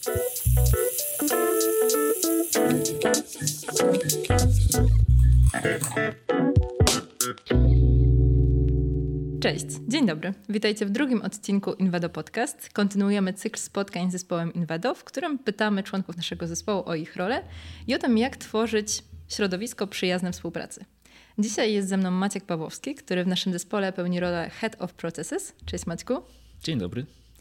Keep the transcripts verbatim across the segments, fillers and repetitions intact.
Cześć, dzień dobry. Witajcie w drugim odcinku Inwedo Podcast. Kontynuujemy cykl spotkań z zespołem Inwedo, w którym pytamy członków naszego zespołu o ich rolę i o tym, jak tworzyć środowisko przyjazne współpracy. Dzisiaj jest ze mną Maciek Pawłowski, który w naszym zespole pełni rolę Head of Processes. Cześć Maćku. Dzień dobry.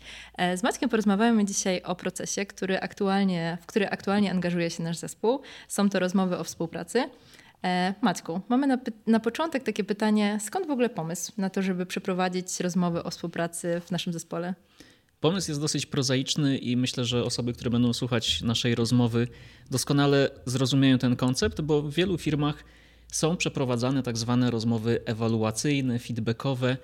Z Maćkiem porozmawiamy dzisiaj o procesie, który aktualnie, w który aktualnie angażuje się nasz zespół. Są to rozmowy o współpracy. Maćku, mamy na, na początek takie pytanie, skąd w ogóle pomysł na to, żeby przeprowadzić rozmowy o współpracy w naszym zespole? Pomysł jest dosyć prozaiczny i myślę, że osoby, które będą słuchać naszej rozmowy, doskonale zrozumieją ten koncept, bo w wielu firmach są przeprowadzane tak zwane rozmowy ewaluacyjne, feedbackowe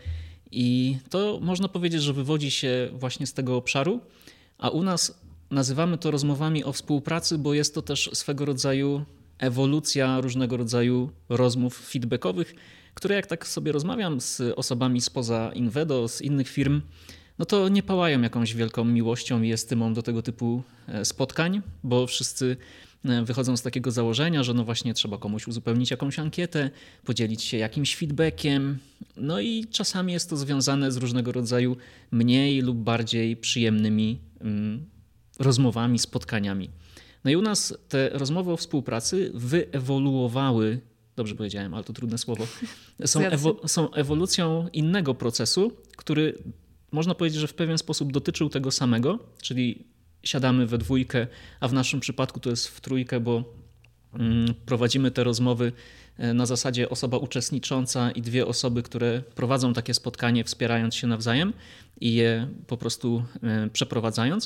i to można powiedzieć, że wywodzi się właśnie z tego obszaru, a u nas nazywamy to rozmowami o współpracy, bo jest to też swego rodzaju ewolucja różnego rodzaju rozmów feedbackowych, które jak tak sobie rozmawiam z osobami spoza Inwedo, z innych firm, no to nie pałają jakąś wielką miłością i estymą do tego typu spotkań, bo wszyscy wychodzą z takiego założenia, że no właśnie trzeba komuś uzupełnić jakąś ankietę, podzielić się jakimś feedbackiem, no i czasami jest to związane z różnego rodzaju mniej lub bardziej przyjemnymi mm, rozmowami, spotkaniami. No i u nas te rozmowy o współpracy wyewoluowały, dobrze powiedziałem, ale to trudne słowo, są, ewo, są ewolucją innego procesu, który można powiedzieć, że w pewien sposób dotyczył tego samego, czyli siadamy we dwójkę, a w naszym przypadku to jest w trójkę, bo mm, prowadzimy te rozmowy na zasadzie osoba uczestnicząca i dwie osoby, które prowadzą takie spotkanie, wspierając się nawzajem i je po prostu y, przeprowadzając.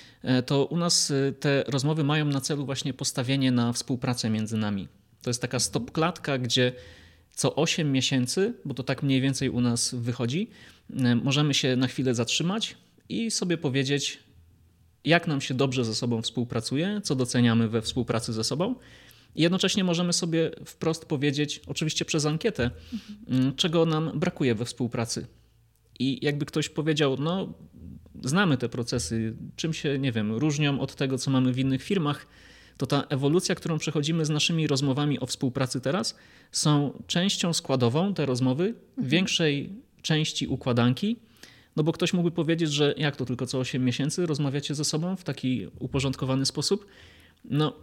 To u nas te rozmowy mają na celu właśnie postawienie na współpracę między nami. To jest taka stopklatka, gdzie co osiem miesięcy, bo to tak mniej więcej u nas wychodzi, możemy się na chwilę zatrzymać i sobie powiedzieć, jak nam się dobrze ze sobą współpracuje, co doceniamy we współpracy ze sobą. I jednocześnie możemy sobie wprost powiedzieć, oczywiście przez ankietę, mhm. czego nam brakuje we współpracy. I jakby ktoś powiedział, no znamy te procesy, czym się, nie wiem, różnią od tego, co mamy w innych firmach, to ta ewolucja, którą przechodzimy z naszymi rozmowami o współpracy teraz, są częścią składową, te rozmowy, mhm. większej części układanki, no bo ktoś mógłby powiedzieć, że jak to tylko co osiem miesięcy rozmawiacie ze sobą w taki uporządkowany sposób? No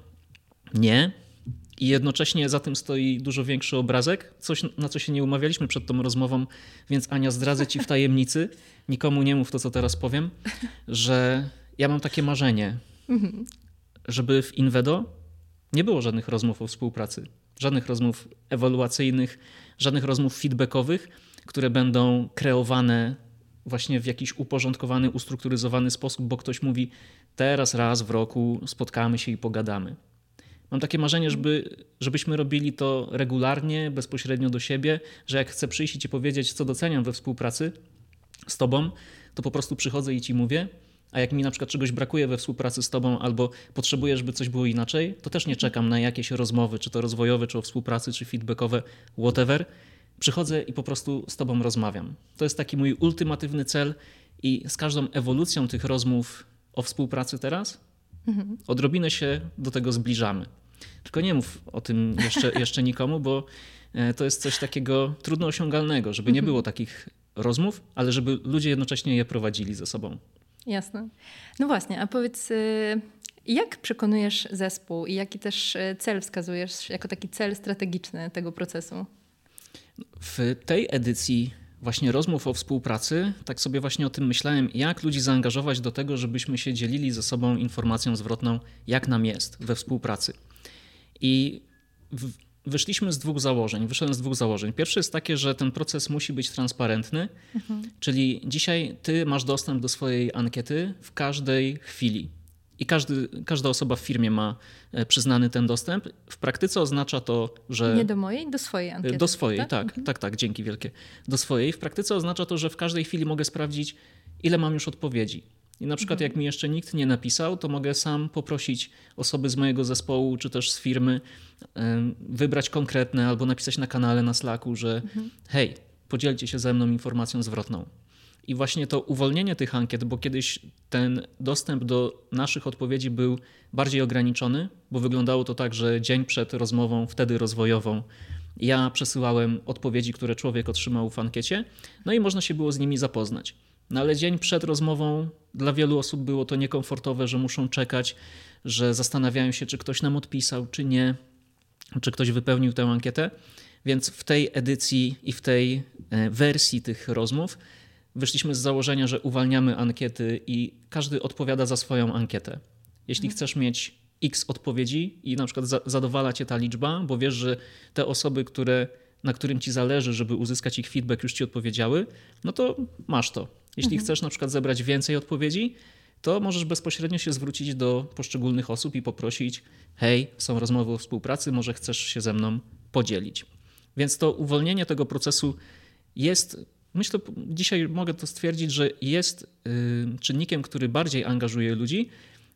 nie. I jednocześnie za tym stoi dużo większy obrazek, coś na co się nie umawialiśmy przed tą rozmową, więc Ania, zdradzę ci w tajemnicy, nikomu nie mów to, co teraz powiem, że ja mam takie marzenie, żeby w Inwedo nie było żadnych rozmów o współpracy, żadnych rozmów ewaluacyjnych, żadnych rozmów feedbackowych, które będą kreowane właśnie w jakiś uporządkowany, ustrukturyzowany sposób, bo ktoś mówi, teraz raz w roku spotkamy się i pogadamy. Mam takie marzenie, żeby, żebyśmy robili to regularnie, bezpośrednio do siebie, że jak chcę przyjść i ci powiedzieć, co doceniam we współpracy z tobą, to po prostu przychodzę i ci mówię, a jak mi na przykład czegoś brakuje we współpracy z tobą albo potrzebuję, żeby coś było inaczej, to też nie czekam na jakieś rozmowy, czy to rozwojowe, czy o współpracy, czy feedbackowe, whatever. Przychodzę i po prostu z tobą rozmawiam. To jest taki mój ultimatywny cel i z każdą ewolucją tych rozmów o współpracy teraz mhm. odrobinę się do tego zbliżamy. Tylko nie mów o tym jeszcze, jeszcze nikomu, bo to jest coś takiego trudno osiągalnego, żeby nie było takich rozmów, ale żeby ludzie jednocześnie je prowadzili ze sobą. Jasne. No właśnie, a powiedz, jak przekonujesz zespół i jaki też cel wskazujesz jako taki cel strategiczny tego procesu? W tej edycji właśnie rozmów o współpracy, tak sobie właśnie o tym myślałem, jak ludzi zaangażować do tego, żebyśmy się dzielili ze sobą informacją zwrotną, jak nam jest we współpracy. I w, wyszliśmy z dwóch założeń, wyszedłem z dwóch założeń. Pierwsze jest takie, że ten proces musi być transparentny, mhm. czyli dzisiaj ty masz dostęp do swojej ankiety w każdej chwili. I każdy, każda osoba w firmie ma przyznany ten dostęp. W praktyce oznacza to, że... Nie do mojej, do swojej ankiety. Do swojej, tak, tak, mhm. tak, tak, dzięki wielkie. Do swojej. W praktyce oznacza to, że w każdej chwili mogę sprawdzić, ile mam już odpowiedzi. I na przykład mhm. jak mi jeszcze nikt nie napisał, to mogę sam poprosić osoby z mojego zespołu, czy też z firmy, wybrać konkretne albo napisać na kanale na Slacku, że mhm. hej, podzielcie się ze mną informacją zwrotną. I właśnie to uwolnienie tych ankiet, bo kiedyś ten dostęp do naszych odpowiedzi był bardziej ograniczony, bo wyglądało to tak, że dzień przed rozmową, wtedy rozwojową, ja przesyłałem odpowiedzi, które człowiek otrzymał w ankiecie, no i można się było z nimi zapoznać. No ale dzień przed rozmową dla wielu osób było to niekomfortowe, że muszą czekać, że zastanawiają się, czy ktoś nam odpisał, czy nie, czy ktoś wypełnił tę ankietę. Więc w tej edycji i w tej wersji tych rozmów wyszliśmy z założenia, że uwalniamy ankiety i każdy odpowiada za swoją ankietę. Jeśli mhm. chcesz mieć X odpowiedzi i na przykład zadowala cię ta liczba, bo wiesz, że te osoby, które, na którym ci zależy, żeby uzyskać ich feedback, już ci odpowiedziały, no to masz to. Jeśli mhm. chcesz na przykład zebrać więcej odpowiedzi, to możesz bezpośrednio się zwrócić do poszczególnych osób i poprosić: hej, są rozmowy o współpracy, może chcesz się ze mną podzielić. Więc to uwolnienie tego procesu jest, myślę, dzisiaj mogę to stwierdzić, że jest czynnikiem, który bardziej angażuje ludzi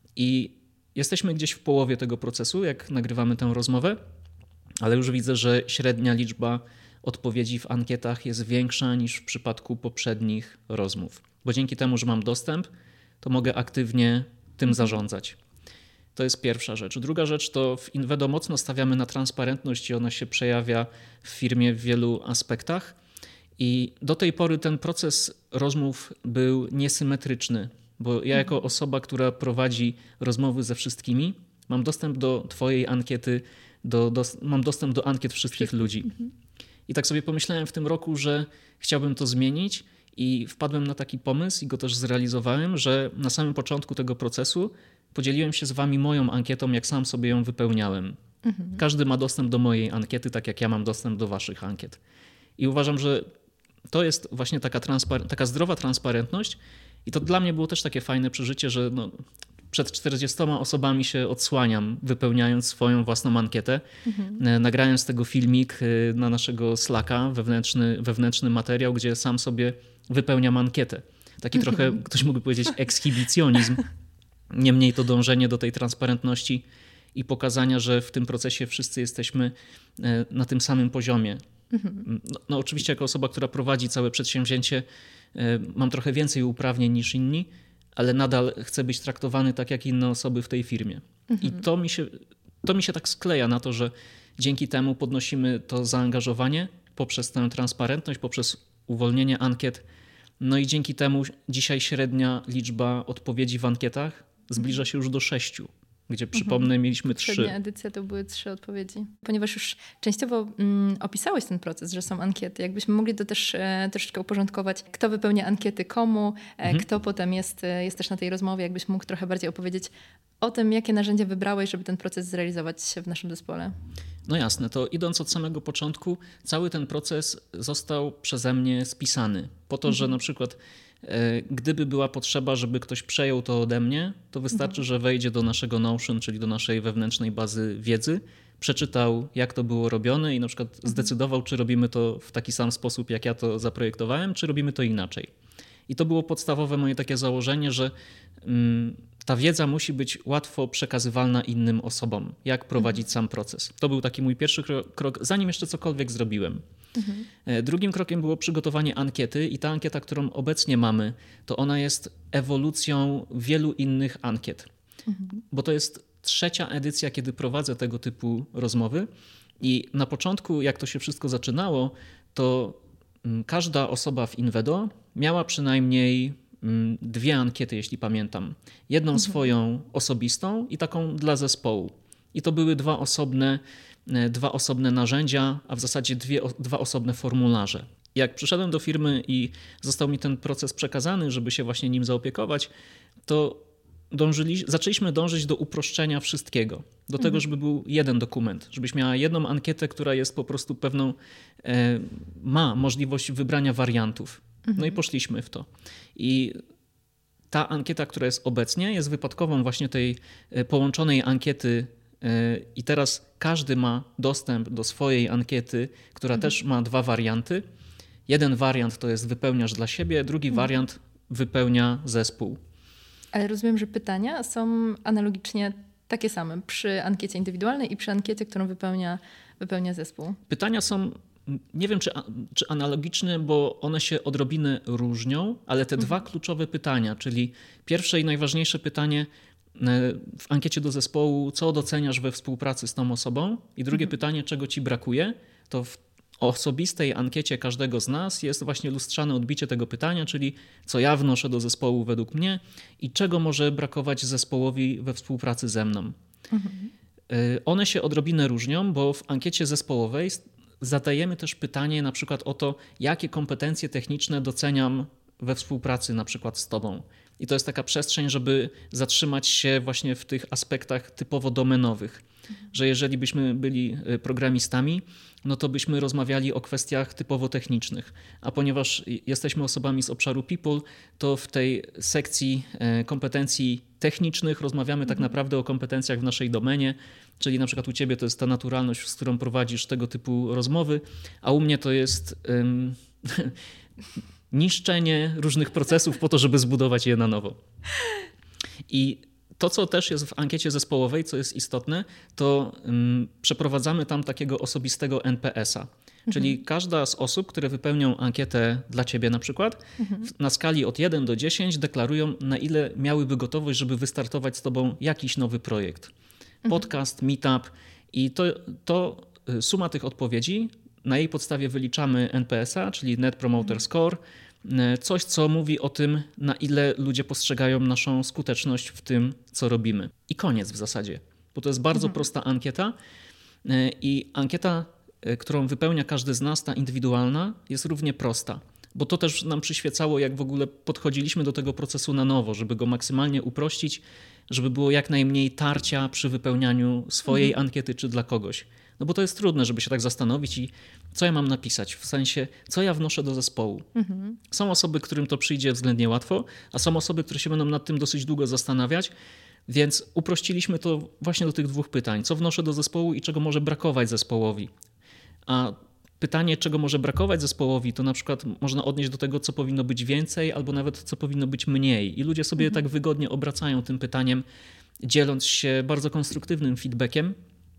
i jesteśmy gdzieś w połowie tego procesu, jak nagrywamy tę rozmowę, ale już widzę, że średnia liczba odpowiedzi w ankietach jest większa niż w przypadku poprzednich rozmów. Bo dzięki temu, że mam dostęp, to mogę aktywnie tym zarządzać. To jest pierwsza rzecz. Druga rzecz to w Invedo mocno stawiamy na transparentność i ona się przejawia w firmie w wielu aspektach. I do tej pory ten proces rozmów był niesymetryczny, bo ja jako osoba, która prowadzi rozmowy ze wszystkimi, mam dostęp do twojej ankiety, do, do, mam dostęp do ankiet wszystkich ludzi. Mhm. I tak sobie pomyślałem w tym roku, że chciałbym to zmienić i wpadłem na taki pomysł i go też zrealizowałem, że na samym początku tego procesu podzieliłem się z wami moją ankietą, jak sam sobie ją wypełniałem. Mhm. Każdy ma dostęp do mojej ankiety, tak jak ja mam dostęp do waszych ankiet. I uważam, że to jest właśnie taka, transpar- taka zdrowa transparentność i to dla mnie było też takie fajne przeżycie, że no, przed czterdziestoma osobami się odsłaniam, wypełniając swoją własną ankietę. Mhm. Nagrałem z tego filmik na naszego Slacka, wewnętrzny, wewnętrzny materiał, gdzie sam sobie wypełniam ankietę. Taki mhm. trochę, ktoś mógłby powiedzieć, ekshibicjonizm. Niemniej to dążenie do tej transparentności i pokazania, że w tym procesie wszyscy jesteśmy na tym samym poziomie. Mhm. No, no oczywiście jako osoba, która prowadzi całe przedsięwzięcie, mam trochę więcej uprawnień niż inni, ale nadal chcę być traktowany tak jak inne osoby w tej firmie. Mhm. I to mi się, to mi się tak skleja na to, że dzięki temu podnosimy to zaangażowanie poprzez tę transparentność, poprzez uwolnienie ankiet. No i dzięki temu dzisiaj średnia liczba odpowiedzi w ankietach zbliża się już do sześciu, gdzie przypomnę, mhm. mieliśmy trzy. Poprzednia edycja to były trzy odpowiedzi. Ponieważ już częściowo mm, opisałeś ten proces, że są ankiety, jakbyśmy mogli to też e, troszeczkę uporządkować, kto wypełnia ankiety komu, e, mhm. kto potem jest, e, jest też na tej rozmowie, jakbyś mógł trochę bardziej opowiedzieć o tym, jakie narzędzia wybrałeś, żeby ten proces zrealizować w naszym zespole. No jasne, to idąc od samego początku, cały ten proces został przeze mnie spisany. Po to, mhm. że na przykład e, gdyby była potrzeba, żeby ktoś przejął to ode mnie, to wystarczy, mhm. że wejdzie do naszego Notion, czyli do naszej wewnętrznej bazy wiedzy, przeczytał, jak to było robione i na przykład mhm. zdecydował, czy robimy to w taki sam sposób, jak ja to zaprojektowałem, czy robimy to inaczej. I to było podstawowe moje takie założenie, że mm, ta wiedza musi być łatwo przekazywalna innym osobom, jak prowadzić mhm. sam proces. To był taki mój pierwszy krok, krok zanim jeszcze cokolwiek zrobiłem. Mhm. Drugim krokiem było przygotowanie ankiety i ta ankieta, którą obecnie mamy, to ona jest ewolucją wielu innych ankiet. Mhm. Bo to jest trzecia edycja, kiedy prowadzę tego typu rozmowy i na początku, jak to się wszystko zaczynało, to każda osoba w Invedo miała przynajmniej dwie ankiety, jeśli pamiętam. Jedną mhm. swoją osobistą i taką dla zespołu. I to były dwa osobne, dwa osobne narzędzia, a w zasadzie dwie, dwa osobne formularze. Jak przyszedłem do firmy i został mi ten proces przekazany, żeby się właśnie nim zaopiekować, to dążyli, zaczęliśmy dążyć do uproszczenia wszystkiego. Do mhm. tego, żeby był jeden dokument, żebyś miała jedną ankietę, która jest po prostu pewną, e, ma możliwość wybrania wariantów. Mhm. No i poszliśmy w to. I ta ankieta, która jest obecnie, jest wypadkową właśnie tej połączonej ankiety i teraz każdy ma dostęp do swojej ankiety, która mhm. też ma dwa warianty. Jeden wariant to jest wypełniasz dla siebie, drugi mhm. wariant wypełnia zespół. Ale rozumiem, że pytania są analogicznie takie same przy ankiecie indywidualnej i przy ankiecie, którą wypełnia, wypełnia zespół. Pytania są nie wiem czy, czy analogiczny, bo one się odrobinę różnią, ale te mhm. dwa kluczowe pytania, czyli pierwsze i najważniejsze pytanie w ankiecie do zespołu, co doceniasz we współpracy z tą osobą, i drugie mhm. pytanie, czego ci brakuje, to w osobistej ankiecie każdego z nas jest właśnie lustrzane odbicie tego pytania, czyli co ja wnoszę do zespołu według mnie i czego może brakować zespołowi we współpracy ze mną. Mhm. One się odrobinę różnią, bo w ankiecie zespołowej zadajemy też pytanie na przykład o to, jakie kompetencje techniczne doceniam we współpracy na przykład z tobą. I to jest taka przestrzeń, żeby zatrzymać się właśnie w tych aspektach typowo domenowych. Że jeżeli byśmy byli programistami, no to byśmy rozmawiali o kwestiach typowo technicznych. A ponieważ jesteśmy osobami z obszaru people, to w tej sekcji kompetencji technicznych rozmawiamy mhm. tak naprawdę o kompetencjach w naszej domenie, czyli na przykład u ciebie to jest ta naturalność, z którą prowadzisz tego typu rozmowy, a u mnie to jest um, niszczenie różnych procesów po to, żeby zbudować je na nowo. I to, co też jest w ankiecie zespołowej, co jest istotne, to um, przeprowadzamy tam takiego osobistego N P S a. Mhm. Czyli każda z osób, które wypełnią ankietę dla ciebie na przykład, mhm. na skali od jeden do dziesięciu deklarują, na ile miałyby gotowość, żeby wystartować z tobą jakiś nowy projekt. Podcast, meetup i to, to suma tych odpowiedzi, na jej podstawie wyliczamy N P S a, czyli Net Promoter Score, coś, co mówi o tym, na ile ludzie postrzegają naszą skuteczność w tym, co robimy. I koniec w zasadzie, bo to jest bardzo mhm. prosta ankieta i ankieta, którą wypełnia każdy z nas, ta indywidualna, jest równie prosta. Bo to też nam przyświecało, jak w ogóle podchodziliśmy do tego procesu na nowo, żeby go maksymalnie uprościć, żeby było jak najmniej tarcia przy wypełnianiu swojej mhm. ankiety czy dla kogoś. No bo to jest trudne, żeby się tak zastanowić i co ja mam napisać, w sensie co ja wnoszę do zespołu. Mhm. Są osoby, którym to przyjdzie względnie łatwo, a są osoby, które się będą nad tym dosyć długo zastanawiać, więc uprościliśmy to właśnie do tych dwóch pytań. Co wnoszę do zespołu i czego może brakować zespołowi. A pytanie, czego może brakować zespołowi, to na przykład można odnieść do tego, co powinno być więcej, albo nawet co powinno być mniej. I ludzie sobie mhm. tak wygodnie obracają tym pytaniem, dzieląc się bardzo konstruktywnym feedbackiem.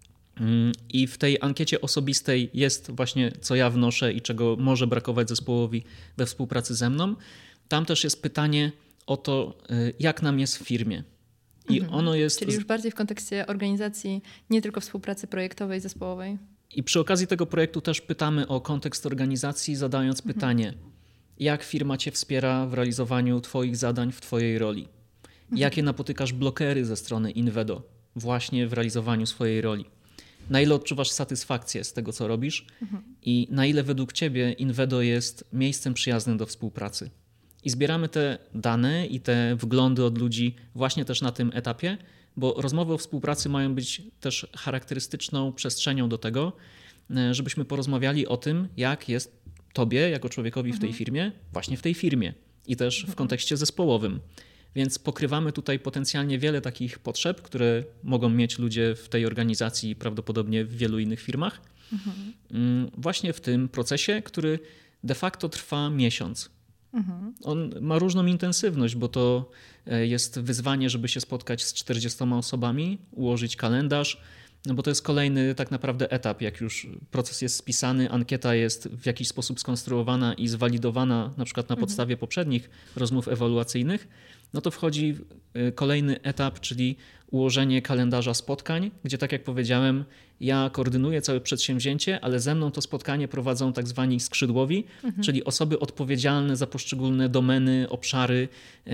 I w tej ankiecie osobistej jest właśnie, co ja wnoszę i czego może brakować zespołowi we współpracy ze mną. Tam też jest pytanie o to, jak nam jest w firmie. I mhm. ono jest... Czyli już bardziej w kontekście organizacji, nie tylko współpracy projektowej, zespołowej. I przy okazji tego projektu też pytamy o kontekst organizacji, zadając mhm. pytanie, jak firma cię wspiera w realizowaniu twoich zadań w twojej roli? Mhm. Jakie napotykasz blokery ze strony Invedo właśnie w realizowaniu swojej roli? Na ile odczuwasz satysfakcję z tego, co robisz mhm. i na ile według ciebie Invedo jest miejscem przyjaznym do współpracy? I zbieramy te dane i te wglądy od ludzi właśnie też na tym etapie, bo rozmowy o współpracy mają być też charakterystyczną przestrzenią do tego, żebyśmy porozmawiali o tym, jak jest tobie, jako człowiekowi mhm. w tej firmie, właśnie w tej firmie i też mhm. w kontekście zespołowym. Więc pokrywamy tutaj potencjalnie wiele takich potrzeb, które mogą mieć ludzie w tej organizacji i prawdopodobnie w wielu innych firmach. Mhm. Właśnie w tym procesie, który de facto trwa miesiąc. Mhm. On ma różną intensywność, bo to jest wyzwanie, żeby się spotkać z czterdziestoma osobami, ułożyć kalendarz, no bo to jest kolejny tak naprawdę etap, jak już proces jest spisany, ankieta jest w jakiś sposób skonstruowana i zwalidowana na przykład na mhm. podstawie poprzednich rozmów ewaluacyjnych, no to wchodzi kolejny etap, czyli ułożenie kalendarza spotkań, gdzie tak jak powiedziałem, ja koordynuję całe przedsięwzięcie, ale ze mną to spotkanie prowadzą tak zwani skrzydłowi, mhm. czyli osoby odpowiedzialne za poszczególne domeny, obszary,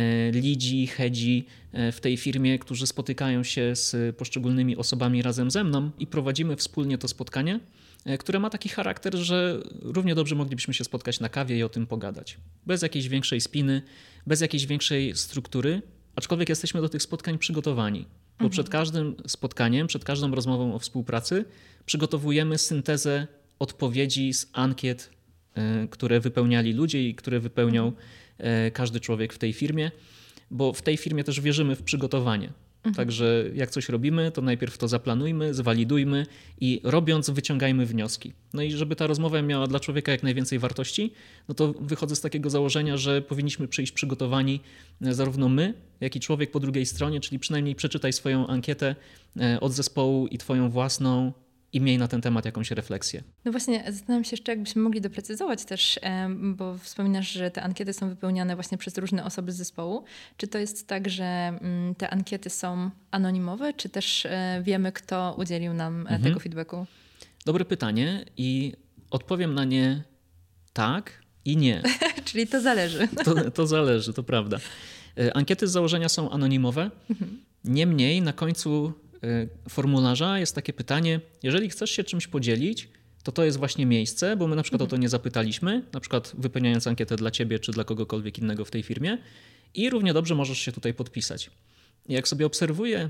lidzi, headzi w tej firmie, którzy spotykają się z poszczególnymi osobami razem ze mną i prowadzimy wspólnie to spotkanie, które ma taki charakter, że równie dobrze moglibyśmy się spotkać na kawie i o tym pogadać. Bez jakiejś większej spiny, bez jakiejś większej struktury, aczkolwiek jesteśmy do tych spotkań przygotowani. Bo mhm. przed każdym spotkaniem, przed każdą rozmową o współpracy przygotowujemy syntezę odpowiedzi z ankiet, które wypełniali ludzie i które wypełniał każdy człowiek w tej firmie, bo w tej firmie też wierzymy w przygotowanie. Mhm. Także jak coś robimy, to najpierw to zaplanujmy, zwalidujmy i robiąc wyciągajmy wnioski. No i żeby ta rozmowa miała dla człowieka jak najwięcej wartości, no to wychodzę z takiego założenia, że powinniśmy przyjść przygotowani zarówno my, jak i człowiek po drugiej stronie, czyli przynajmniej przeczytaj swoją ankietę od zespołu i twoją własną i miej na ten temat jakąś refleksję. No właśnie, zastanawiam się jeszcze, jakbyśmy mogli doprecyzować też, bo wspominasz, że te ankiety są wypełniane właśnie przez różne osoby z zespołu. Czy to jest tak, że te ankiety są anonimowe, czy też wiemy, kto udzielił nam mhm. tego feedbacku? Dobre pytanie i odpowiem na nie tak i nie. Czyli to zależy. To, to zależy, to prawda. Ankiety z założenia są anonimowe. Mhm. Niemniej na końcu formularza jest takie pytanie, jeżeli chcesz się czymś podzielić, to to jest właśnie miejsce, bo my na przykład mhm. o to nie zapytaliśmy, na przykład wypełniając ankietę dla ciebie czy dla kogokolwiek innego w tej firmie i równie dobrze możesz się tutaj podpisać. I jak sobie obserwuję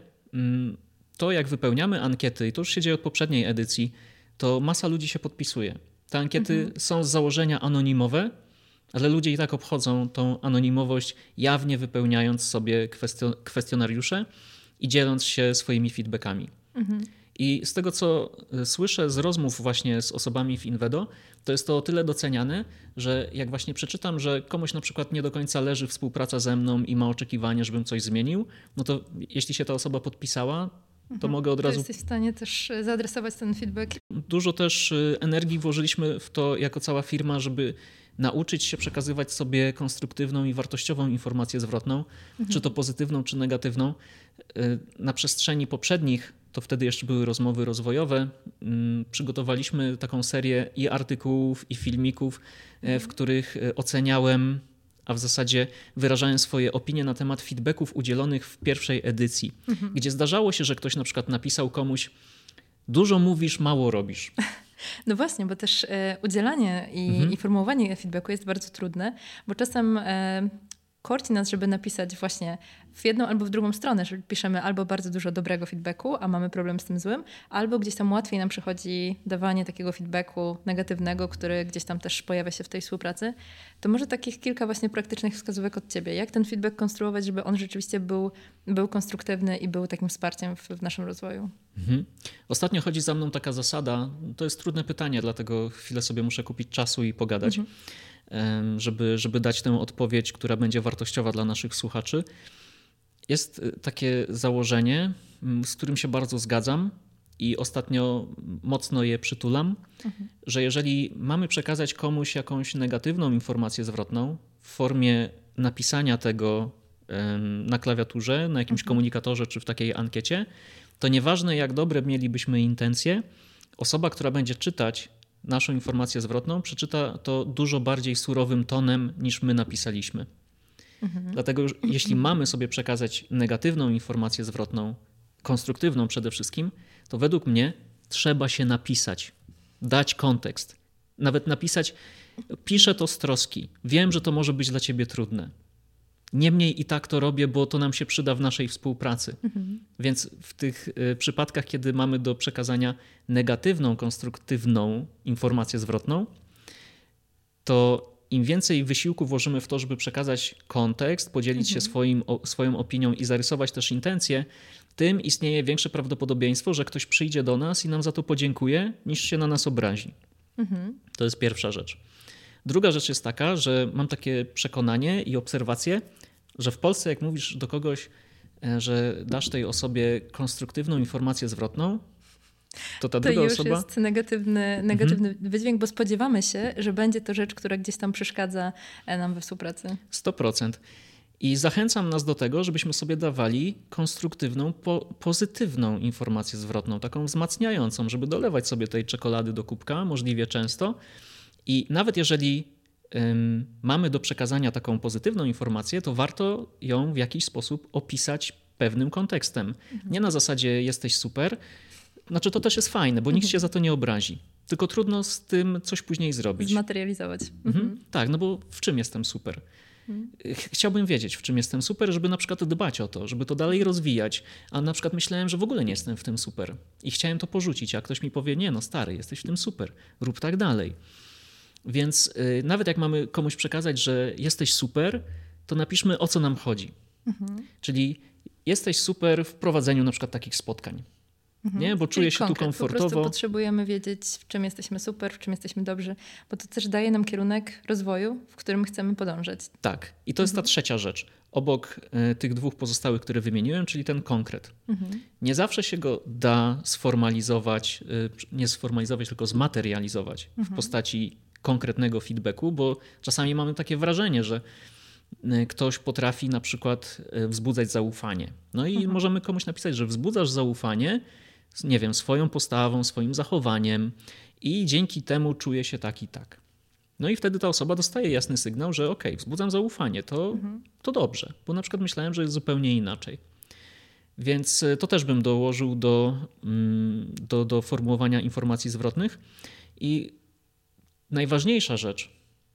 to, jak wypełniamy ankiety, i to już się dzieje od poprzedniej edycji, to masa ludzi się podpisuje. Te ankiety mhm. są z założenia anonimowe, ale ludzie i tak obchodzą tą anonimowość, jawnie wypełniając sobie kwestionariusze i dzieląc się swoimi feedbackami. Mhm. I z tego, co słyszę z rozmów właśnie z osobami w Invedo, to jest to o tyle doceniane, że jak właśnie przeczytam, że komuś na przykład nie do końca leży współpraca ze mną i ma oczekiwanie, żebym coś zmienił, no to jeśli się ta osoba podpisała, to mhm. mogę od razu... To jesteś w stanie też zaadresować ten feedback. Dużo też energii włożyliśmy w to jako cała firma, żeby nauczyć się przekazywać sobie konstruktywną i wartościową informację zwrotną, mhm. czy to pozytywną, czy negatywną. Na przestrzeni poprzednich, to wtedy jeszcze były rozmowy rozwojowe, przygotowaliśmy taką serię i artykułów, i filmików, mhm. w których oceniałem, a w zasadzie wyrażałem swoje opinie na temat feedbacków udzielonych w pierwszej edycji, mhm. gdzie zdarzało się, że ktoś na przykład napisał komuś: dużo mówisz, mało robisz. No właśnie, bo też e, udzielanie i, mhm. i formułowanie feedbacku jest bardzo trudne, bo czasem e, korci nas, żeby napisać właśnie w jedną albo w drugą stronę, że piszemy albo bardzo dużo dobrego feedbacku, a mamy problem z tym złym, albo gdzieś tam łatwiej nam przychodzi dawanie takiego feedbacku negatywnego, który gdzieś tam też pojawia się w tej współpracy. To może takich kilka właśnie praktycznych wskazówek od ciebie. Jak ten feedback konstruować, żeby on rzeczywiście był, był konstruktywny i był takim wsparciem w, w naszym rozwoju? Mhm. Ostatnio chodzi za mną taka zasada, to jest trudne pytanie, dlatego chwilę sobie muszę kupić czasu i pogadać, mhm. żeby, żeby dać tę odpowiedź, która będzie wartościowa dla naszych słuchaczy. Jest takie założenie, z którym się bardzo zgadzam i ostatnio mocno je przytulam, mhm. że jeżeli mamy przekazać komuś jakąś negatywną informację zwrotną w formie napisania tego na klawiaturze, na jakimś mhm. komunikatorze czy w takiej ankiecie, to nieważne jak dobre mielibyśmy intencje, osoba, która będzie czytać naszą informację zwrotną, przeczyta to dużo bardziej surowym tonem niż my napisaliśmy. Mhm. Dlatego jeśli mamy sobie przekazać negatywną informację zwrotną, konstruktywną przede wszystkim, to według mnie trzeba się napisać, dać kontekst. Nawet napisać, piszę to z troski, wiem, że to może być dla ciebie trudne. Niemniej i tak to robię, bo to nam się przyda w naszej współpracy. Mhm. Więc w tych y, przypadkach, kiedy mamy do przekazania negatywną, konstruktywną informację zwrotną, to im więcej wysiłku włożymy w to, żeby przekazać kontekst, podzielić mhm. się swoim, o, swoją opinią i zarysować też intencje, tym istnieje większe prawdopodobieństwo, że ktoś przyjdzie do nas i nam za to podziękuje, niż się na nas obrazi. Mhm. To jest pierwsza rzecz. Druga rzecz jest taka, że mam takie przekonanie i obserwację, że w Polsce jak mówisz do kogoś, że dasz tej osobie konstruktywną informację zwrotną, to ta to druga już osoba... jest negatywny, negatywny mhm. wydźwięk, bo spodziewamy się, że będzie to rzecz, która gdzieś tam przeszkadza nam we współpracy. sto procent. I zachęcam nas do tego, żebyśmy sobie dawali konstruktywną, po, pozytywną informację zwrotną, taką wzmacniającą, żeby dolewać sobie tej czekolady do kubka możliwie często. I nawet jeżeli ym, mamy do przekazania taką pozytywną informację, to warto ją w jakiś sposób opisać pewnym kontekstem. Mhm. Nie na zasadzie jesteś super, znaczy to też jest fajne, bo mhm. nikt się za to nie obrazi. Tylko trudno z tym coś później zrobić. Zmaterializować. Mhm. Mhm. Tak, no bo w czym jestem super? Chciałbym wiedzieć, w czym jestem super, żeby na przykład dbać o to, żeby to dalej rozwijać, a na przykład myślałem, że w ogóle nie jestem w tym super i chciałem to porzucić, a ktoś mi powie, nie no stary, jesteś w tym super, rób tak dalej. Więc yy, nawet jak mamy komuś przekazać, że jesteś super, to napiszmy, o co nam chodzi. Mhm. Czyli jesteś super w prowadzeniu na przykład takich spotkań. Mhm. Nie? Bo czuję się konkret. tu komfortowo. Po prostu potrzebujemy wiedzieć, w czym jesteśmy super, w czym jesteśmy dobrzy, bo to też daje nam kierunek rozwoju, w którym chcemy podążać. Tak. I to jest ta trzecia rzecz. obok tych dwóch pozostałych, które wymieniłem, czyli ten konkret. Mhm. Nie zawsze się go da sformalizować, nie sformalizować, tylko zmaterializować mhm. w postaci konkretnego feedbacku, bo czasami mamy takie wrażenie, że ktoś potrafi na przykład wzbudzać zaufanie. No i mhm. możemy komuś napisać, że wzbudzasz zaufanie, nie wiem, swoją postawą, swoim zachowaniem i dzięki temu czuje się tak i tak. No i wtedy ta osoba dostaje jasny sygnał, że okej, okay, wzbudzam zaufanie, to, mhm. to dobrze, bo na przykład myślałem, że jest zupełnie inaczej. Więc to też bym dołożył do, do, do formułowania informacji zwrotnych. I najważniejsza rzecz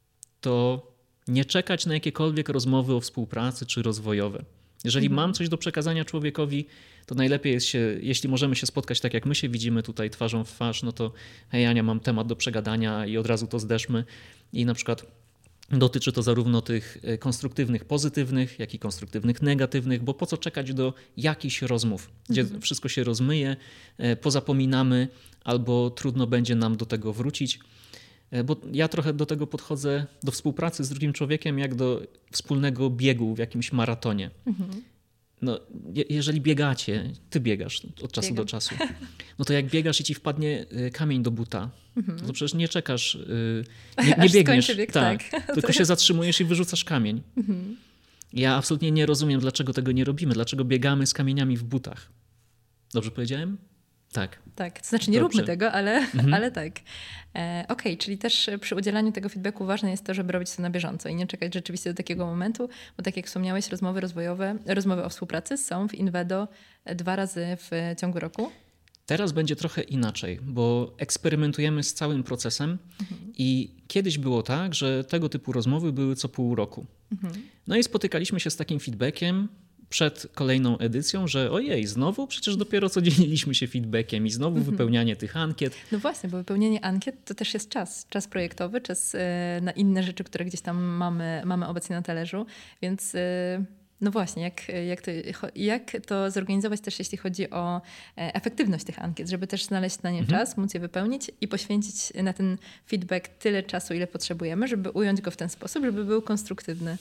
to nie czekać na jakiekolwiek rozmowy o współpracy czy rozwojowe. Jeżeli mhm. mam coś do przekazania człowiekowi, to najlepiej jest się, jeśli możemy się spotkać tak jak my się widzimy tutaj twarzą w twarz, no to hej Ania, mam temat do przegadania i od razu to zdeszmy. I na przykład dotyczy to zarówno tych konstruktywnych, pozytywnych, jak i konstruktywnych, negatywnych, bo po co czekać do jakichś rozmów, gdzie mhm. wszystko się rozmyje, pozapominamy albo trudno będzie nam do tego wrócić. Bo ja trochę do tego podchodzę, do współpracy z drugim człowiekiem, jak do wspólnego biegu w jakimś maratonie. Mhm. No, je, jeżeli biegacie, ty biegasz od czasu Biegam. do czasu, no to jak biegasz i ci wpadnie kamień do buta, mhm. to przecież nie czekasz, nie, nie biegniesz, bieg, tak, tak. tylko się zatrzymujesz i wyrzucasz kamień. Mhm. Ja absolutnie nie rozumiem, dlaczego tego nie robimy, dlaczego biegamy z kamieniami w butach. Dobrze powiedziałem? Tak. Tak, to znaczy nie Dobrze. róbmy tego, ale, mhm. ale tak. E, Okej, okay, czyli też przy udzielaniu tego feedbacku ważne jest to, żeby robić to na bieżąco i nie czekać rzeczywiście do takiego momentu, bo tak jak wspomniałeś, rozmowy rozwojowe, rozmowy o współpracy są w Invedo dwa razy w ciągu roku. Teraz będzie trochę inaczej, bo eksperymentujemy z całym procesem mhm. i kiedyś było tak, że tego typu rozmowy były co pół roku. Mhm. No i spotykaliśmy się z takim feedbackiem przed kolejną edycją, że ojej, znowu przecież dopiero co dzieliliśmy się feedbackiem i znowu mhm. wypełnianie tych ankiet. No właśnie, bo wypełnienie ankiet to też jest czas. Czas projektowy, czas na inne rzeczy, które gdzieś tam mamy, mamy obecnie na talerzu, więc no właśnie, jak, jak, to, jak to zorganizować też jeśli chodzi o efektywność tych ankiet, żeby też znaleźć na nie mhm. czas, móc je wypełnić i poświęcić na ten feedback tyle czasu, ile potrzebujemy, żeby ująć go w ten sposób, żeby był konstruktywny.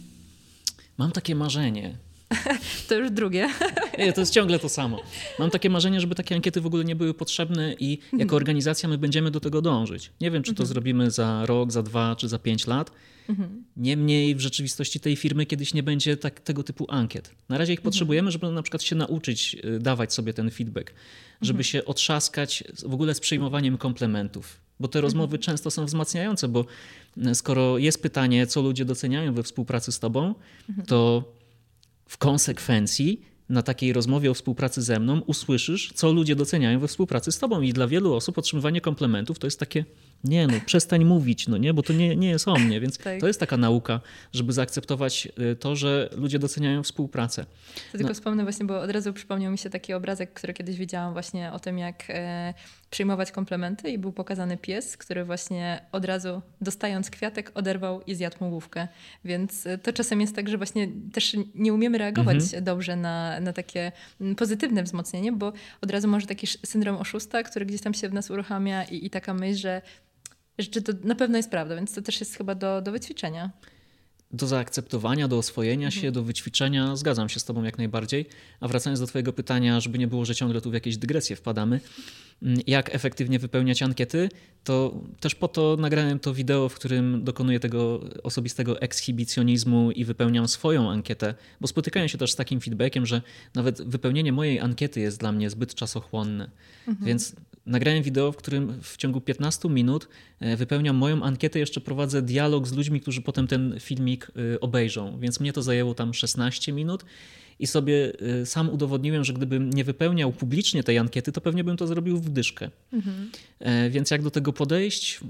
Mam takie marzenie. To już drugie. Nie, to jest ciągle to samo. Mam takie marzenie, żeby takie ankiety w ogóle nie były potrzebne i jako organizacja my będziemy do tego dążyć. Nie wiem, czy to mhm. zrobimy za rok, za dwa, czy za pięć lat. Mhm. Niemniej w rzeczywistości tej firmy kiedyś nie będzie tak, tego typu ankiet. Na razie ich mhm. potrzebujemy, żeby na przykład się nauczyć dawać sobie ten feedback, żeby mhm. się otrzaskać w ogóle z przyjmowaniem komplementów. Bo te rozmowy mhm. często są wzmacniające, bo skoro jest pytanie, co ludzie doceniają we współpracy z tobą, mhm. to w konsekwencji na takiej rozmowie o współpracy ze mną usłyszysz, co ludzie doceniają we współpracy z tobą. I dla wielu osób otrzymywanie komplementów to jest takie, nie no, przestań mówić, no nie, bo to nie, nie jest o mnie. Więc tak. to jest taka nauka, żeby zaakceptować to, że ludzie doceniają współpracę. To tylko no. wspomnę właśnie, bo od razu przypomniał mi się taki obrazek, który kiedyś widziałam właśnie o tym, jak e, przyjmować komplementy i był pokazany pies, który właśnie od razu dostając kwiatek oderwał i zjadł mu główkę. Więc to czasem jest tak, że właśnie też nie umiemy reagować mhm. dobrze na, na takie pozytywne wzmocnienie, bo od razu może taki syndrom oszusta, który gdzieś tam się w nas uruchamia i, i taka myśl, że że to na pewno jest prawda, więc to też jest chyba do, do wyćwiczenia. Do zaakceptowania, do oswojenia mhm. się, do wyćwiczenia. Zgadzam się z tobą jak najbardziej. A wracając do twojego pytania, żeby nie było, że ciągle tu w jakieś dygresje wpadamy, jak efektywnie wypełniać ankiety, to też po to nagrałem to wideo, w którym dokonuję tego osobistego ekshibicjonizmu i wypełniam swoją ankietę, bo spotykają się też z takim feedbackiem, że nawet wypełnienie mojej ankiety jest dla mnie zbyt czasochłonne. Mhm. Więc nagrałem wideo, w którym w ciągu piętnastu minut wypełniam moją ankietę, jeszcze prowadzę dialog z ludźmi, którzy potem ten filmik obejrzą. Więc mnie to zajęło tam szesnaście minut i sobie sam udowodniłem, że gdybym nie wypełniał publicznie tej ankiety, to pewnie bym to zrobił w dyszkę. Mhm. Więc jak do tego podejść?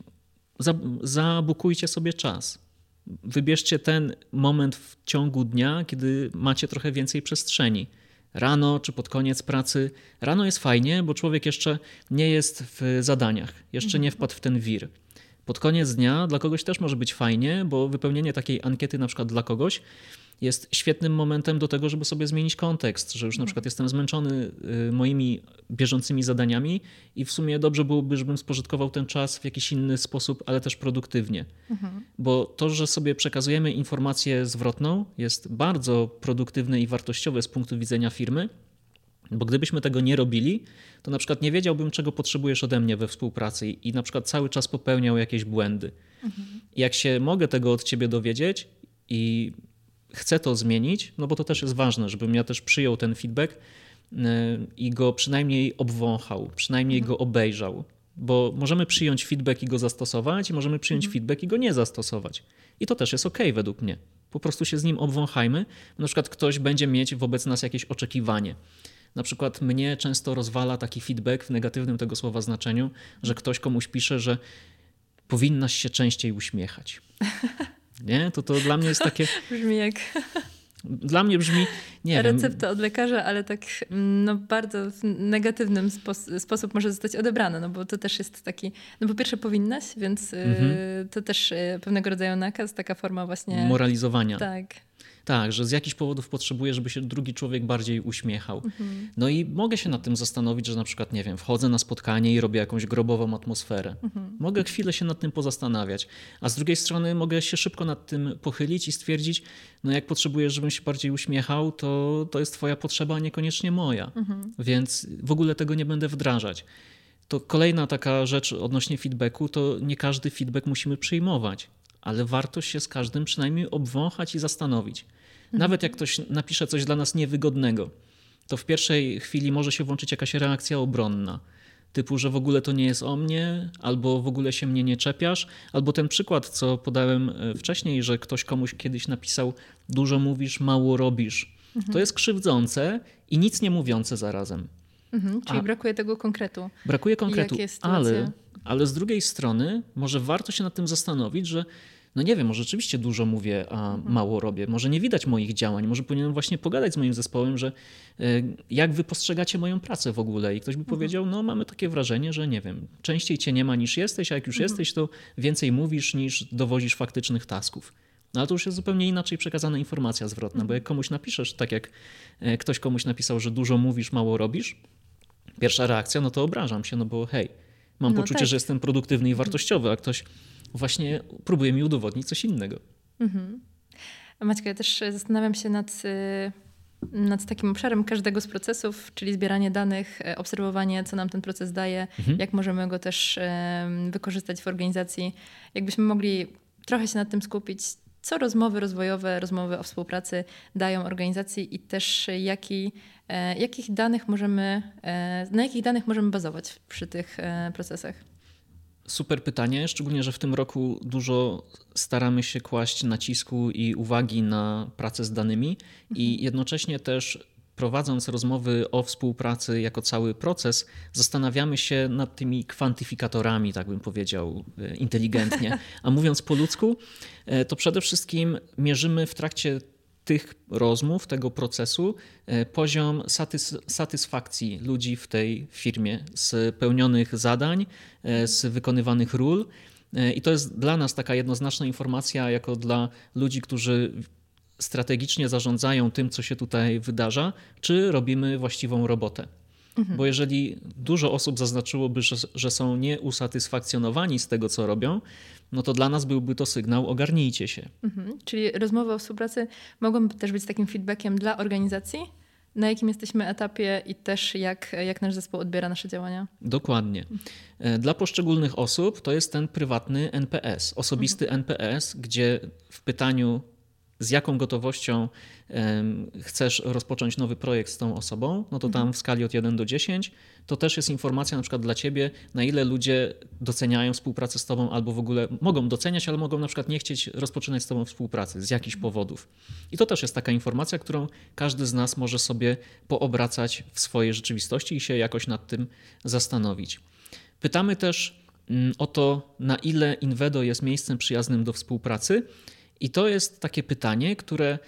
Zabukujcie sobie czas. Wybierzcie ten moment w ciągu dnia, kiedy macie trochę więcej przestrzeni. Rano czy pod koniec pracy. Rano jest fajnie, bo człowiek jeszcze nie jest w zadaniach, jeszcze nie wpadł w ten wir. Pod koniec dnia dla kogoś też może być fajnie, bo wypełnienie takiej ankiety na przykład dla kogoś jest świetnym momentem do tego, żeby sobie zmienić kontekst, że już na przykład jestem zmęczony moimi bieżącymi zadaniami i w sumie dobrze byłoby, żebym spożytkował ten czas w jakiś inny sposób, ale też produktywnie. Mhm. Bo to, że sobie przekazujemy informację zwrotną, jest bardzo produktywne i wartościowe z punktu widzenia firmy, bo gdybyśmy tego nie robili, to na przykład nie wiedziałbym, czego potrzebujesz ode mnie we współpracy i na przykład cały czas popełniał jakieś błędy. Mhm. I jak się mogę tego od ciebie dowiedzieć i chcę to zmienić, no bo to też jest ważne, żebym ja też przyjął ten feedback i go przynajmniej obwąchał, przynajmniej mhm. go obejrzał. Bo możemy przyjąć feedback i go zastosować i możemy przyjąć mhm. feedback i go nie zastosować. I to też jest okej według mnie. Po prostu się z nim obwąchajmy. Na przykład ktoś będzie mieć wobec nas jakieś oczekiwanie. Na przykład mnie często rozwala taki feedback w negatywnym tego słowa znaczeniu, że ktoś komuś pisze, że powinnaś się częściej uśmiechać. Nie? To, to dla mnie jest takie... Brzmi jak... Dla mnie brzmi, nie wiem... Recepta od lekarza, ale tak no, bardzo w negatywnym spos- sposób może zostać odebrane, no bo to też jest taki... No po pierwsze powinnaś, więc mhm. y, to też y, pewnego rodzaju nakaz, taka forma właśnie... Moralizowania. Tak. Tak, że z jakichś powodów potrzebuję, żeby się drugi człowiek bardziej uśmiechał. Mhm. No i mogę się nad tym zastanowić, że na przykład, nie wiem, wchodzę na spotkanie i robię jakąś grobową atmosferę. Mhm. Mogę chwilę się nad tym pozastanawiać, a z drugiej strony mogę się szybko nad tym pochylić i stwierdzić, no jak potrzebujesz, żebym się bardziej uśmiechał, to to jest twoja potrzeba, a niekoniecznie moja. Mhm. Więc w ogóle tego nie będę wdrażać. To kolejna taka rzecz odnośnie feedbacku, to nie każdy feedback musimy przyjmować, ale warto się z każdym przynajmniej obwąchać i zastanowić. Nawet jak ktoś napisze coś dla nas niewygodnego, to w pierwszej chwili może się włączyć jakaś reakcja obronna. Typu, że w ogóle to nie jest o mnie, albo w ogóle się mnie nie czepiasz, albo ten przykład, co podałem wcześniej, że ktoś komuś kiedyś napisał dużo mówisz, mało robisz. Mhm. To jest krzywdzące i nic nie mówiące zarazem. Mhm, czyli A brakuje tego konkretu. Brakuje konkretu, ale, ale z drugiej strony może warto się nad tym zastanowić, że no nie wiem, może rzeczywiście dużo mówię, a mhm. mało robię. Może nie widać moich działań. Może powinienem właśnie pogadać z moim zespołem, że y, jak wy postrzegacie moją pracę w ogóle. I ktoś by mhm. powiedział, no mamy takie wrażenie, że nie wiem, częściej cię nie ma niż jesteś, a jak już mhm. jesteś, to więcej mówisz niż dowozisz faktycznych tasków. No ale to już jest zupełnie inaczej przekazana informacja zwrotna, mhm. bo jak komuś napiszesz, tak jak y, ktoś komuś napisał, że dużo mówisz, mało robisz, pierwsza reakcja, no to obrażam się, no bo hej, mam no poczucie, tak. że jestem produktywny i wartościowy, a ktoś właśnie próbuje mi udowodnić coś innego. Mhm. Maćka, ja też zastanawiam się nad, nad takim obszarem każdego z procesów, czyli zbieranie danych, obserwowanie, co nam ten proces daje, mhm. jak możemy go też wykorzystać w organizacji. Jakbyśmy mogli trochę się nad tym skupić, co rozmowy rozwojowe, rozmowy o współpracy dają organizacji i też jaki, jakich danych możemy, na jakich danych możemy bazować przy tych procesach. Super pytanie, szczególnie, że w tym roku dużo staramy się kłaść nacisku i uwagi na pracę z danymi mhm. i jednocześnie też prowadząc rozmowy o współpracy jako cały proces, zastanawiamy się nad tymi kwantyfikatorami, tak bym powiedział inteligentnie. A mówiąc po ludzku, to przede wszystkim mierzymy w trakcie tych rozmów, tego procesu poziom satys- satysfakcji ludzi w tej firmie z pełnionych zadań, z wykonywanych ról. I to jest dla nas taka jednoznaczna informacja, jako dla ludzi, którzy strategicznie zarządzają tym, co się tutaj wydarza, czy robimy właściwą robotę. Mhm. Bo jeżeli dużo osób zaznaczyłoby, że, że są nieusatysfakcjonowani z tego, co robią, no to dla nas byłby to sygnał, ogarnijcie się. Mhm. Czyli rozmowy o współpracy mogą też być takim feedbackiem dla organizacji, na jakim jesteśmy etapie i też jak, jak nasz zespół odbiera nasze działania. Dokładnie. Dla poszczególnych osób to jest ten prywatny N P S, osobisty mhm. N P S, gdzie w pytaniu z jaką gotowością um, chcesz rozpocząć nowy projekt z tą osobą, no to tam w skali od jeden do dziesięciu to też jest informacja na przykład dla ciebie, na ile ludzie doceniają współpracę z tobą albo w ogóle mogą doceniać, ale mogą na przykład nie chcieć rozpoczynać z tobą współpracy z jakichś powodów. I to też jest taka informacja, którą każdy z nas może sobie poobracać w swojej rzeczywistości i się jakoś nad tym zastanowić. Pytamy też o to, na ile Invedo jest miejscem przyjaznym do współpracy. I to jest takie pytanie, które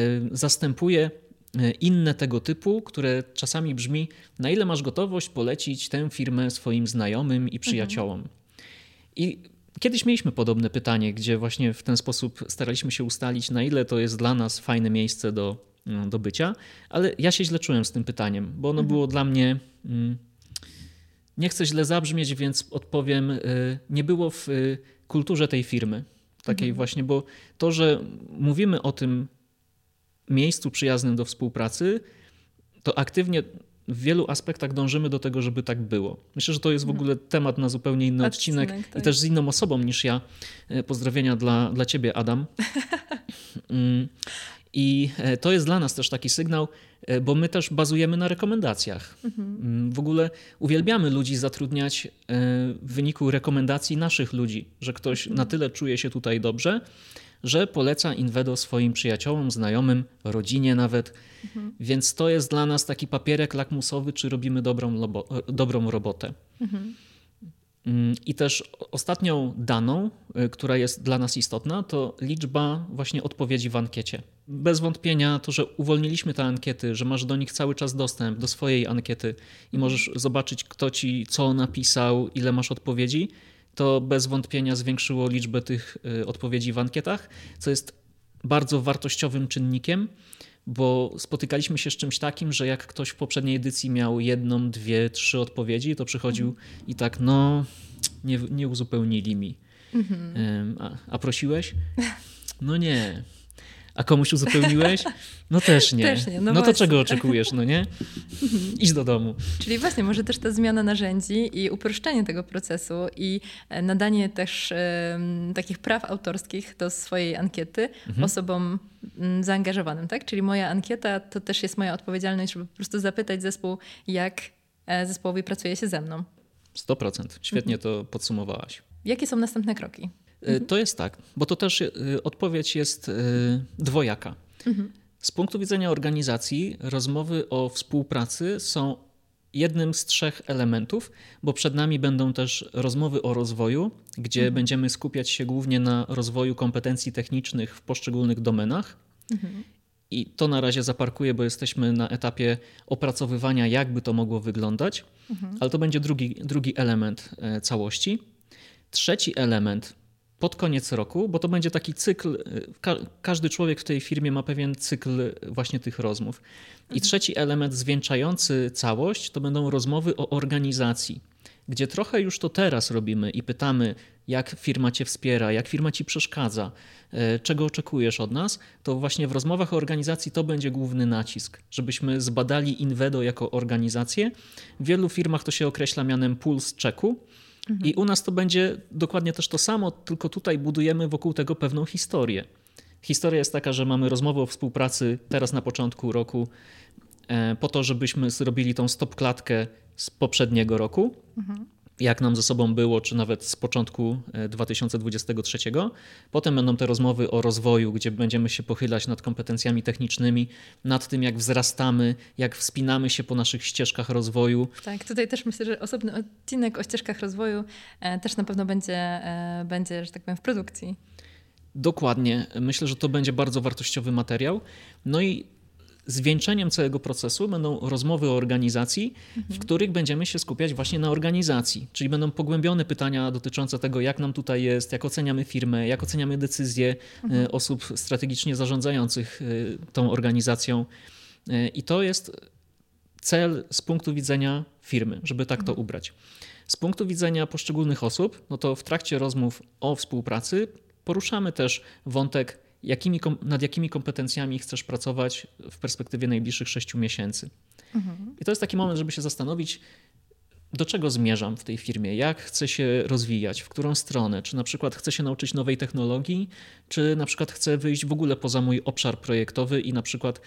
zastępuje inne tego typu, które czasami brzmi, na ile masz gotowość polecić tę firmę swoim znajomym i przyjaciołom. Mhm. I Kiedyś mieliśmy podobne pytanie, gdzie właśnie w ten sposób staraliśmy się ustalić, na ile to jest dla nas fajne miejsce do, do bycia, ale ja się źle czułem z tym pytaniem, bo ono mhm. było dla mnie... Nie chcę źle zabrzmieć, więc odpowiem, nie było w kulturze tej firmy. Takiej mhm. właśnie, bo to, że mówimy o tym miejscu przyjaznym do współpracy, to aktywnie w wielu aspektach dążymy do tego, żeby tak było. Myślę, że to jest w ogóle temat na zupełnie inny odcinek, odcinek tak. i też z inną osobą niż ja. Pozdrowienia dla, dla ciebie, Adam. I to jest dla nas też taki sygnał, bo my też bazujemy na rekomendacjach. Mhm. W ogóle uwielbiamy ludzi zatrudniać w wyniku rekomendacji naszych ludzi, że ktoś mhm. na tyle czuje się tutaj dobrze, że poleca Invedo swoim przyjaciołom, znajomym, rodzinie nawet. Mhm. Więc to jest dla nas taki papierek lakmusowy, czy robimy dobrą, lobo- dobrą robotę. Mhm. I też ostatnią daną, która jest dla nas istotna, to liczba właśnie odpowiedzi w ankiecie. Bez wątpienia to, że uwolniliśmy te ankiety, że masz do nich cały czas dostęp, do swojej ankiety i możesz zobaczyć, kto ci co napisał, ile masz odpowiedzi, to bez wątpienia zwiększyło liczbę tych odpowiedzi w ankietach, co jest bardzo wartościowym czynnikiem, bo spotykaliśmy się z czymś takim, że jak ktoś w poprzedniej edycji miał jedną, dwie, trzy odpowiedzi, to przychodził mhm. i tak, no nie, nie uzupełnili mi. Mhm. A, a prosiłeś? No nie. A komuś uzupełniłeś? No też nie. Też nie no no to czego oczekujesz, no nie? Idź do domu. Czyli właśnie może też ta zmiana narzędzi i uproszczenie tego procesu i nadanie też um, takich praw autorskich do swojej ankiety mhm. osobom um, zaangażowanym, tak? Czyli moja ankieta to też jest moja odpowiedzialność, żeby po prostu zapytać zespół, jak zespołowi pracuje się ze mną. sto procent. Świetnie mhm. to podsumowałaś. Jakie są następne kroki? To jest tak, bo to też odpowiedź jest dwojaka. Mhm. Z punktu widzenia organizacji rozmowy o współpracy są jednym z trzech elementów, bo przed nami będą też rozmowy o rozwoju, gdzie mhm. będziemy skupiać się głównie na rozwoju kompetencji technicznych w poszczególnych domenach. Mhm. I to na razie zaparkuję, bo jesteśmy na etapie opracowywania, jak by to mogło wyglądać, mhm. ale to będzie drugi, drugi element całości. Trzeci element pod koniec roku, bo to będzie taki cykl, ka- każdy człowiek w tej firmie ma pewien cykl właśnie tych rozmów. I mhm. trzeci element zwieńczający całość to będą rozmowy o organizacji, gdzie trochę już to teraz robimy i pytamy, jak firma cię wspiera, jak firma ci przeszkadza, czego oczekujesz od nas, to właśnie w rozmowach o organizacji to będzie główny nacisk, żebyśmy zbadali Invedo jako organizację. W wielu firmach to się określa mianem puls checku. I u nas to będzie dokładnie też to samo, tylko tutaj budujemy wokół tego pewną historię. Historia jest taka, że mamy rozmowę o współpracy teraz na początku roku po to, żebyśmy zrobili tą stopklatkę z poprzedniego roku, mhm. jak nam ze sobą było, czy nawet z początku dwa tysiące dwudziestego trzeciego. Potem będą te rozmowy o rozwoju, gdzie będziemy się pochylać nad kompetencjami technicznymi, nad tym, jak wzrastamy, jak wspinamy się po naszych ścieżkach rozwoju. Tak, tutaj też myślę, że osobny odcinek o ścieżkach rozwoju też na pewno będzie, będzie, że tak powiem, w produkcji. Dokładnie. Myślę, że to będzie bardzo wartościowy materiał. No i zwieńczeniem całego procesu będą rozmowy o organizacji, mhm. w których będziemy się skupiać właśnie na organizacji. Czyli będą pogłębione pytania dotyczące tego, jak nam tutaj jest, jak oceniamy firmę, jak oceniamy decyzje mhm. osób strategicznie zarządzających tą organizacją. I to jest cel z punktu widzenia firmy, żeby tak mhm. to ubrać. Z punktu widzenia poszczególnych osób, no to w trakcie rozmów o współpracy poruszamy też wątek, Jakimi, nad jakimi kompetencjami chcesz pracować w perspektywie najbliższych sześciu miesięcy. Mhm. I to jest taki moment, żeby się zastanowić, do czego zmierzam w tej firmie, jak chcę się rozwijać, w którą stronę, czy na przykład chcę się nauczyć nowej technologii, czy na przykład chcę wyjść w ogóle poza mój obszar projektowy i na przykład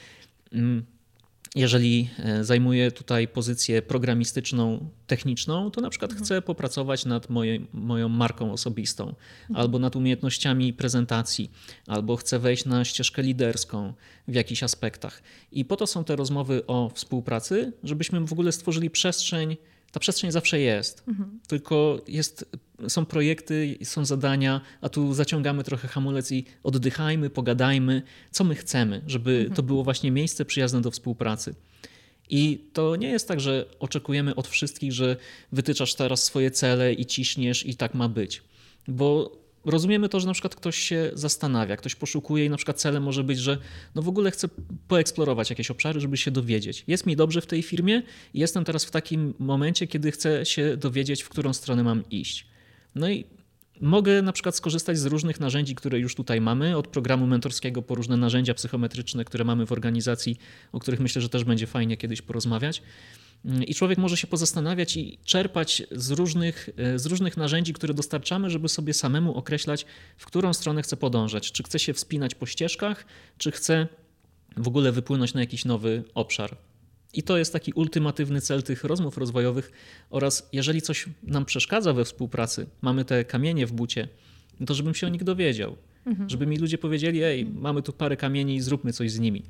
jeżeli zajmuję tutaj pozycję programistyczną, techniczną, to na przykład mhm. chcę popracować nad mojej, moją marką osobistą, mhm. albo nad umiejętnościami prezentacji, albo chcę wejść na ścieżkę liderską w jakichś aspektach. I po to są te rozmowy o współpracy, żebyśmy w ogóle stworzyli przestrzeń. Ta przestrzeń zawsze jest, mhm. tylko jest, są projekty, są zadania, a tu zaciągamy trochę hamulec i oddychajmy, pogadajmy, co my chcemy, żeby mhm. to było właśnie miejsce przyjazne do współpracy. I to nie jest tak, że oczekujemy od wszystkich, że wytyczasz teraz swoje cele i ciśniesz i tak ma być. bo rozumiemy to, że na przykład ktoś się zastanawia, ktoś poszukuje i na przykład celem może być, że no w ogóle chcę poeksplorować jakieś obszary, żeby się dowiedzieć. Jest mi dobrze w tej firmie i jestem teraz w takim momencie, kiedy chcę się dowiedzieć, w którą stronę mam iść. No i mogę na przykład skorzystać z różnych narzędzi, które już tutaj mamy, od programu mentorskiego po różne narzędzia psychometryczne, które mamy w organizacji, o których myślę, że też będzie fajnie kiedyś porozmawiać. I człowiek może się pozastanawiać i czerpać z różnych, z różnych narzędzi, które dostarczamy, żeby sobie samemu określać, w którą stronę chce podążać. Czy chce się wspinać po ścieżkach, czy chce w ogóle wypłynąć na jakiś nowy obszar. I to jest taki ultimatywny cel tych rozmów rozwojowych oraz jeżeli coś nam przeszkadza we współpracy, mamy te kamienie w bucie, no to żebym się o nich dowiedział. Mhm. Żeby mi ludzie powiedzieli, ej, mamy tu parę kamieni, zróbmy coś z nimi.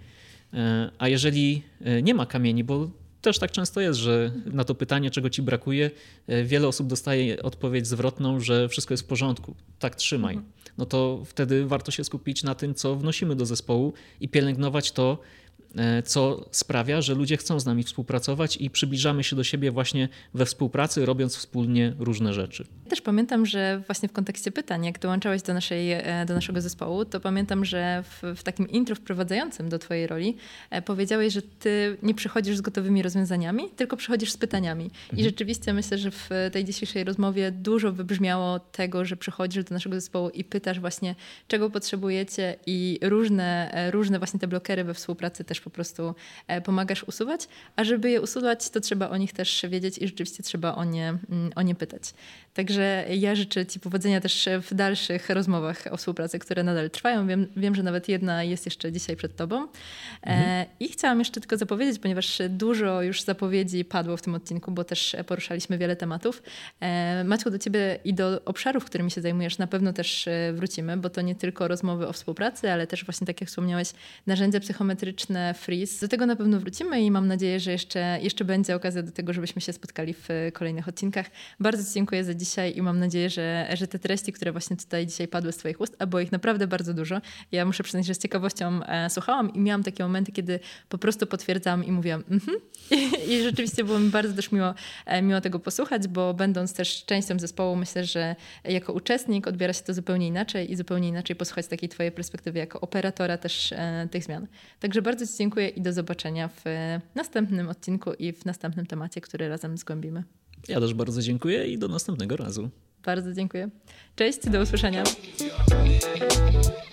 A jeżeli nie ma kamieni, bo też tak często jest, że na to pytanie, czego ci brakuje, wiele osób dostaje odpowiedź zwrotną, że wszystko jest w porządku, tak trzymaj. No to wtedy warto się skupić na tym, co wnosimy do zespołu i pielęgnować to, co sprawia, że ludzie chcą z nami współpracować i przybliżamy się do siebie właśnie we współpracy, robiąc wspólnie różne rzeczy. Też pamiętam, że właśnie w kontekście pytań, jak dołączałeś do, naszej, do naszego zespołu, to pamiętam, że w, w takim intro wprowadzającym do twojej roli powiedziałeś, że ty nie przychodzisz z gotowymi rozwiązaniami, tylko przychodzisz z pytaniami. Mhm. I rzeczywiście myślę, że w tej dzisiejszej rozmowie dużo wybrzmiało tego, że przychodzisz do naszego zespołu i pytasz właśnie, czego potrzebujecie i różne, różne właśnie te blokery we współpracy też po prostu pomagasz usuwać, a żeby je usuwać, to trzeba o nich też wiedzieć i rzeczywiście trzeba o nie, o nie pytać. Także ja życzę ci powodzenia też w dalszych rozmowach o współpracy, które nadal trwają. Wiem, wiem że nawet jedna jest jeszcze dzisiaj przed tobą. Mhm. I chciałam jeszcze tylko zapowiedzieć, ponieważ dużo już zapowiedzi padło w tym odcinku, bo też poruszaliśmy wiele tematów. Maćku, do ciebie i do obszarów, którymi się zajmujesz, na pewno też wrócimy, bo to nie tylko rozmowy o współpracy, ale też właśnie, tak jak wspomniałeś, narzędzia psychometryczne, Freeze. Do tego na pewno wrócimy i mam nadzieję, że jeszcze, jeszcze będzie okazja do tego, żebyśmy się spotkali w kolejnych odcinkach. Bardzo ci dziękuję za dzisiaj i mam nadzieję, że, że te treści, które właśnie tutaj dzisiaj padły z twoich ust, a było ich naprawdę bardzo dużo. Ja muszę przyznać, że z ciekawością e, słuchałam i miałam takie momenty, kiedy po prostu potwierdzałam i mówiłam mhm. I, I rzeczywiście było mi bardzo też miło, e, miło tego posłuchać, bo będąc też częścią zespołu, myślę, że jako uczestnik odbiera się to zupełnie inaczej i zupełnie inaczej posłuchać takiej twojej perspektywy jako operatora też e, tych zmian. Także bardzo ci dziękuję i do zobaczenia w następnym odcinku i w następnym temacie, który razem zgłębimy. Ja też bardzo dziękuję i do następnego razu. Bardzo dziękuję. Cześć, do usłyszenia.